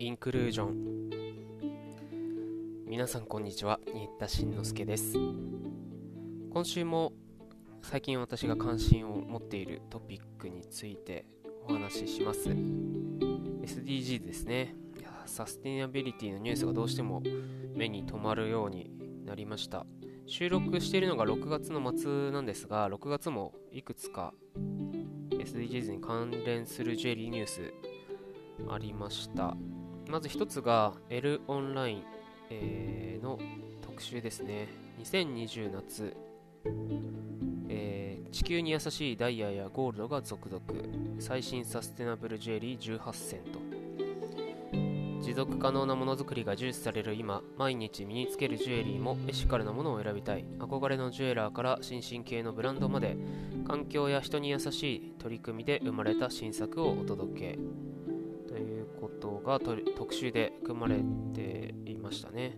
インクルージョン。皆さんこんにちは、新田慎之介です。今週も最近私が関心を持っているトピックについてお話しします。 SDGs ですね。サステナビリティのニュースがどうしても目に留まるようになりました。収録しているのが6月の末なんですが、6月もいくつか SDGs に関連するジュエリーニュースありました。まず一つが L オンライン、の特集ですね。2020夏、地球に優しいダイヤやゴールドが続々、最新サステナブルジュエリー18選と。持続可能なものづくりが重視される今、毎日身につけるジュエリーもエシカルなものを選びたい。憧れのジュエラーから新進系のブランドまで、環境や人に優しい取り組みで生まれた新作をお届けということが特集で組まれていましたね。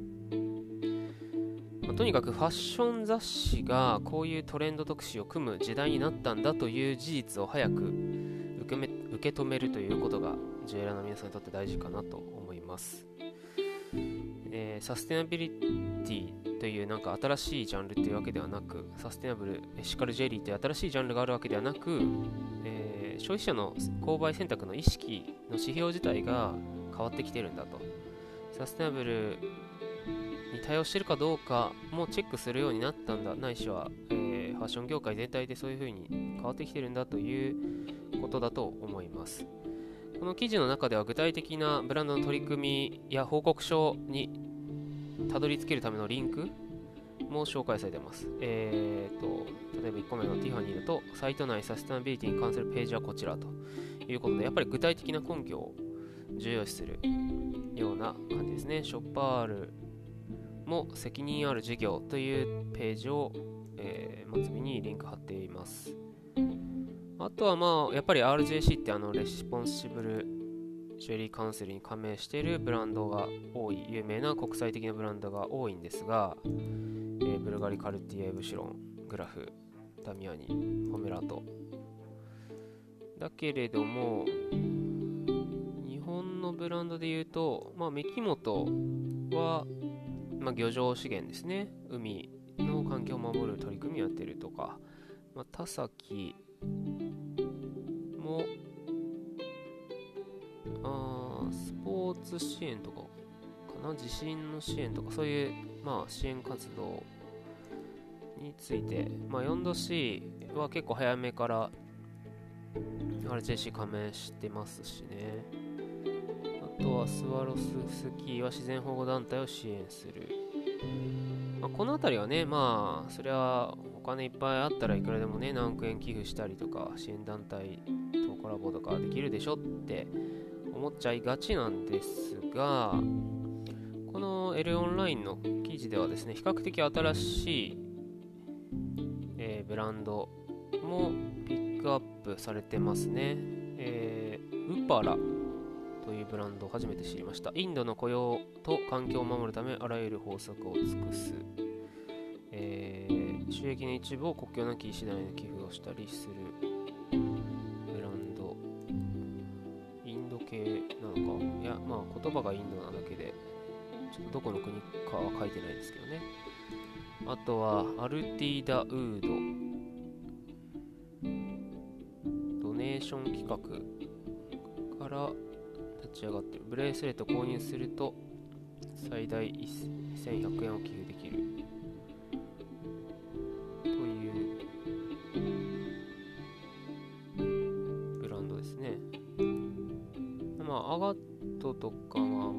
とにかくファッション雑誌がこういうトレンド特集を組む時代になったんだという事実を早く受け止めるということがジュエラーの皆さんにとって大事かなと思います。サステナビリティというなんか新しいジャンルというわけではなく、サステナブルエシカルジュエリーという新しいジャンルがあるわけではなく、消費者の購買選択の意識の指標自体が変わってきているんだと。サステナブルに対応しているかどうかもチェックするようになったんだ、ないしは、ファッション業界全体でそういう風に変わってきているんだということだと思います。この記事の中では具体的なブランドの取り組みや報告書にたどり着けるためのリンクも紹介されています。例えば1個目のティファニーだと、サイト内サステナビリティに関するページはこちらということで、やっぱり具体的な根拠を重要視するような感じですね。ショッパールも責任ある事業というページを、末尾にリンク貼っています。あとはやっぱり RJC ってレスポンシブルジュエリーカウンセルに加盟しているブランドが多い、有名な国際的なブランドが多いんですが、ブルガリ、カルティエ、ブシュロン、グラフ、ダミアニ、ホメラトだけれども、日本のブランドでいうと、三木本は、漁場資源ですね、海の環境を守る取り組みをやっているとか、田崎もスポーツ支援とかかな、地震の支援とかそういう、支援活動について、4度 C は結構早めから RJC 加盟してますしね。あとはスワロススキーは自然保護団体を支援する。この辺りはね、それはお金いっぱいあったらいくらでもね、何億円寄付したりとか支援団体とコラボとかできるでしょって思っちゃいがちなんですが、この L オンラインの記事ではですね、比較的新しい、ブランドもピックアップされてますね。ウパラというブランドを初めて知りました。インドの雇用と環境を守るためあらゆる方策を尽くす、収益の一部を国境なき医師団への寄付をしたりするブランド。インド系なのか、いや言葉がインドなだけでちょっとどこの国かは書いてないですけどね。あとはアルティダウードドネーション企画から立ち上がっている。ブレイスレット購入すると最大1100円を寄付できるというブランドですね。アガットとかは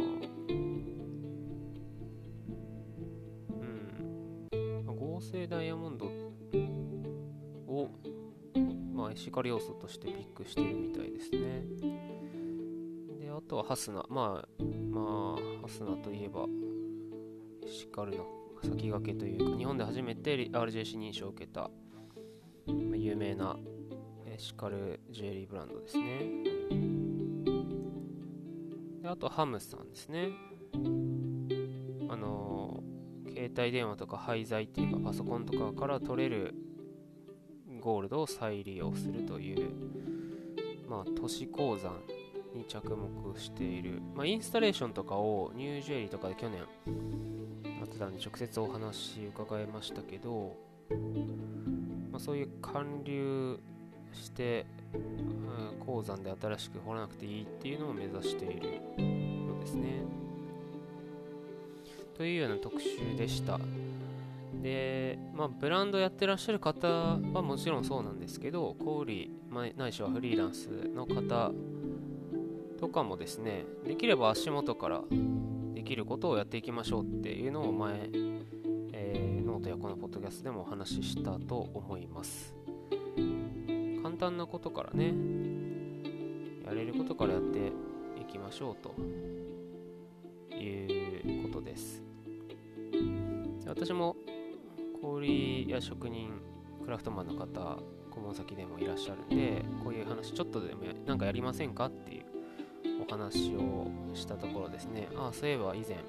合成ダイヤモンドをエシカル要素としてピックしているみたいですね。で、あとはハスナ、ハスナといえばエシカルの先駆けというか、日本で初めて RJC 認証を受けた有名なエシカルジュエリーブランドですね。で、あとハムさんですね。携帯電話とか廃材っていうかパソコンとかから取れるゴールドを再利用するという、都市鉱山に着目している、インスタレーションとかをニュージュエリーとかで去年やってたんで直接お話伺いましたけど、そういう還流して、鉱山で新しく掘らなくていいっていうのを目指しているのですね。というような特集でした。で、ブランドやってらっしゃる方はもちろんそうなんですけど、小売ないしはフリーランスの方とかもですね、できれば足元からできることをやっていきましょうっていうのを前、ノートやこのポッドキャストでもお話ししたと思います。簡単なことからね、やれることからやっていきましょうということです。私も小売や職人、クラフトマンの方、顧問先でもいらっしゃるんで、こういう話ちょっとでもなんかやりませんかっていうお話をしたところですね、そういえば以前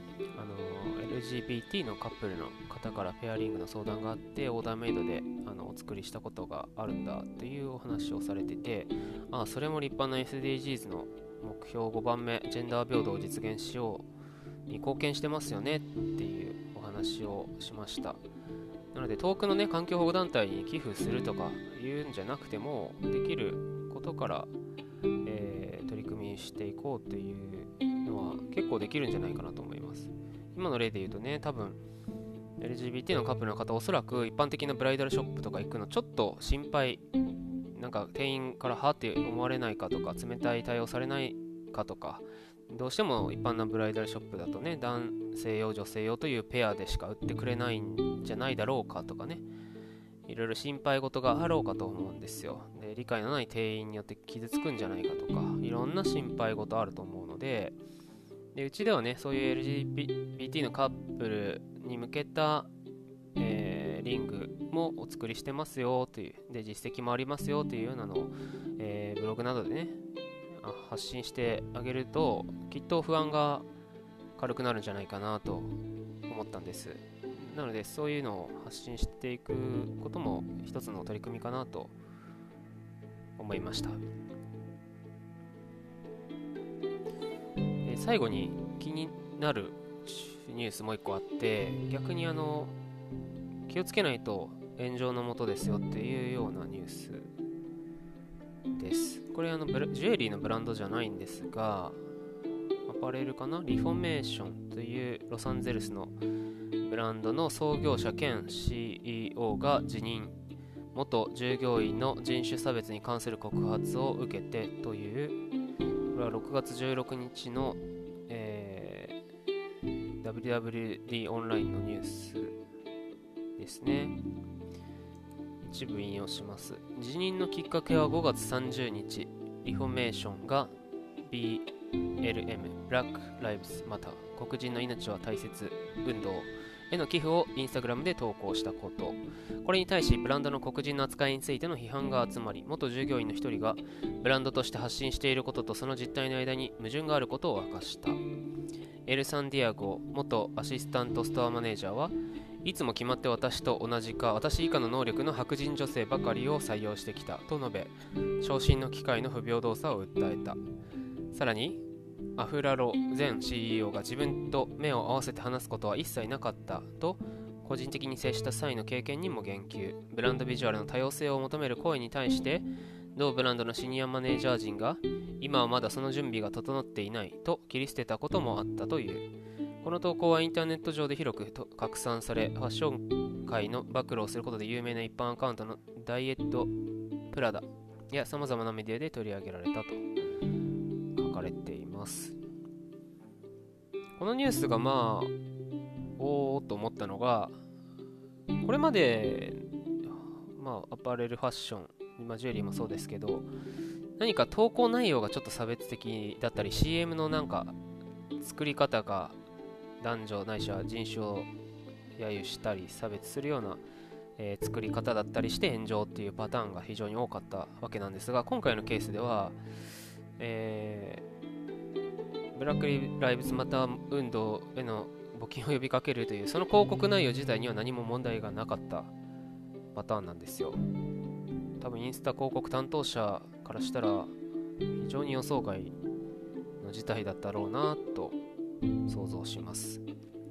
LGBT のカップルの方からペアリングの相談があって、オーダーメイドでお作りしたことがあるんだというお話をされてて、それも立派な SDGs の目標5番目、ジェンダー平等を実現しように貢献してますよねっていうお話をしました。なので遠くのね、環境保護団体に寄付するとかいうんじゃなくても、できることから、取り組みしていこうっていうのは結構できるんじゃないかなと思います。今の例で言うとね、多分 LGBT のカップルの方、おそらく一般的なブライダルショップとか行くのちょっと心配、なんか店員からはって思われないかとか、冷たい対応されないかとか、どうしても一般なブライダルショップだとね、男性用女性用というペアでしか売ってくれないんじゃないだろうかとかね、いろいろ心配事があろうかと思うんですよ。で、理解のない店員によって傷つくんじゃないかとか、いろんな心配事あると思うので、うちではね、そういう LGBT のカップルに向けた、リングもお作りしてますよという、で実績もありますよというようなのを、ブログなどでね発信してあげると、きっと不安が軽くなるんじゃないかなと思ったんです。なのでそういうのを発信していくことも一つの取り組みかなと思いました。最後に気になるニュースもう一個あって、逆に気をつけないと炎上のもとですよっていうようなニュースです。これジュエリーのブランドじゃないんですが、アパレルかな、リフォメーションというロサンゼルスのブランドの創業者兼 CEO が辞任、元従業員の人種差別に関する告発を受けてという、これは6月16日の、WWD オンラインのニュースですね。一部引用します。辞任のきっかけは5月30日、リフォメーションが BLM Black Lives Matter 黒人の命は大切運動への寄付をインスタグラムで投稿したこと。これに対しブランドの黒人の扱いについての批判が集まり、元従業員の一人がブランドとして発信していることとその実態の間に矛盾があることを明かした。エル・サンディアゴ元アシスタントストアマネージャーは、いつも決まって私と同じか私以下の能力の白人女性ばかりを採用してきたと述べ、昇進の機会の不平等さを訴えた。さらにアフラロ前 CEO が自分と目を合わせて話すことは一切なかったと個人的に接した際の経験にも言及。ブランドビジュアルの多様性を求める声に対して同ブランドのシニアマネージャー陣が今はまだその準備が整っていないと切り捨てたこともあったという。この投稿はインターネット上で広く拡散され、ファッション界の暴露をすることで有名な一般アカウントのダイエットプラダや様々なメディアで取り上げられたと書かれています。このニュースがおーと思ったのが、これまでアパレルファッション、ジュエリーもそうですけど、何か投稿内容がちょっと差別的だったり CM のなんか作り方が男女ないしは人種を揶揄したり差別するような、作り方だったりして炎上っていうパターンが非常に多かったわけなんですが、今回のケースでは、ブラックライブズマター運動への募金を呼びかけるというその広告内容自体には何も問題がなかったパターンなんですよ。多分インスタ広告担当者からしたら非常に予想外事態だったろうなと想像します。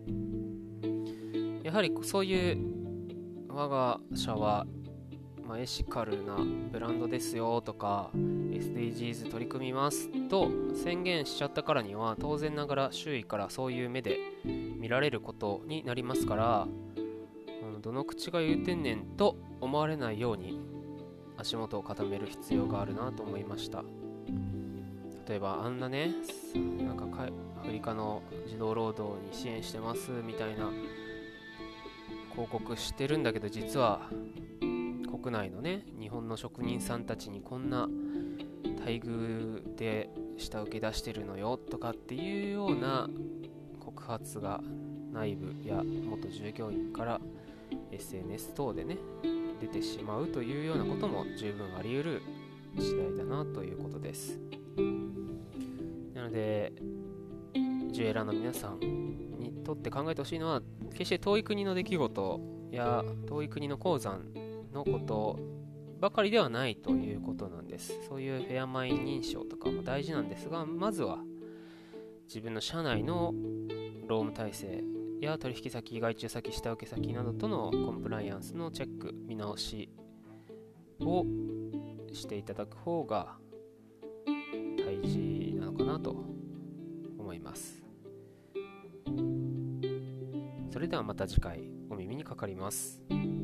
やはりそういう我が社は、エシカルなブランドですよとか SDGs 取り組みますと宣言しちゃったからには、当然ながら周囲からそういう目で見られることになりますから、どの口が言うてんねんと思われないように足元を固める必要があるなと思いました。例えばあんなね、なんかアフリカの児童労働に支援してますみたいな広告してるんだけど、実は国内のね、日本の職人さんたちにこんな待遇で下請け出してるのよとかっていうような告発が内部や元従業員から SNS 等でね出てしまうというようなことも十分あり得る時代だなということです。なのでジュエラの皆さんにとって考えてほしいのは、決して遠い国の出来事や遠い国の鉱山のことばかりではないということなんです。そういうフェアマイン認証とかも大事なんですが、まずは自分の社内の労務体制や取引先、外注先、下請け先などとのコンプライアンスのチェック、見直しをしていただく方が大事なのかなと思います。それではまた次回お耳にかかります。